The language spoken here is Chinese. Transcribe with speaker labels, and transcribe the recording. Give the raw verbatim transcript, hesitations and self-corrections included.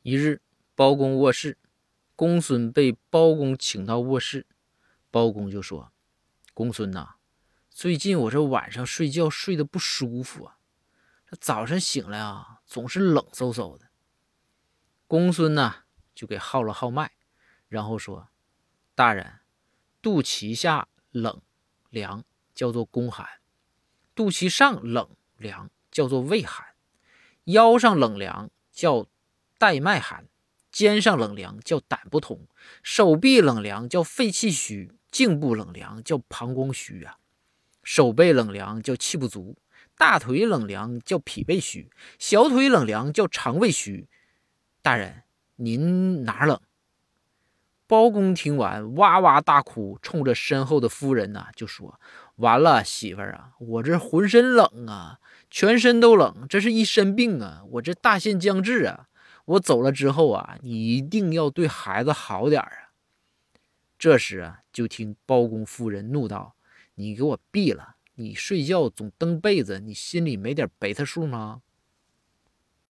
Speaker 1: 一日，包公卧室，公孙被包公请到卧室，包公就说：公孙呐，最近我这晚上睡觉睡得不舒服啊，这早晨醒来啊，总是冷飕飕的。公孙呢就给号了号脉，然后说：大人，肚脐下冷凉叫做宫寒，肚脐上冷凉叫做胃寒，腰上冷凉叫带脉寒，肩上冷凉叫胆不通，手臂冷凉叫肺气虚，颈部冷凉叫膀胱虚啊，手背冷凉叫气不足，大腿冷凉叫脾胃虚，小腿冷凉叫肠胃虚。大人，您哪冷？包公听完哇哇大哭，冲着身后的夫人呐、啊、就说：完了，媳妇儿啊，我这浑身冷啊，全身都冷，这是一身病啊，我这大限将至啊，我走了之后啊，你一定要对孩子好点啊。这时啊，就听包公夫人怒道：你给我闭了，你睡觉总蹬被子，你心里没点贝塔数吗？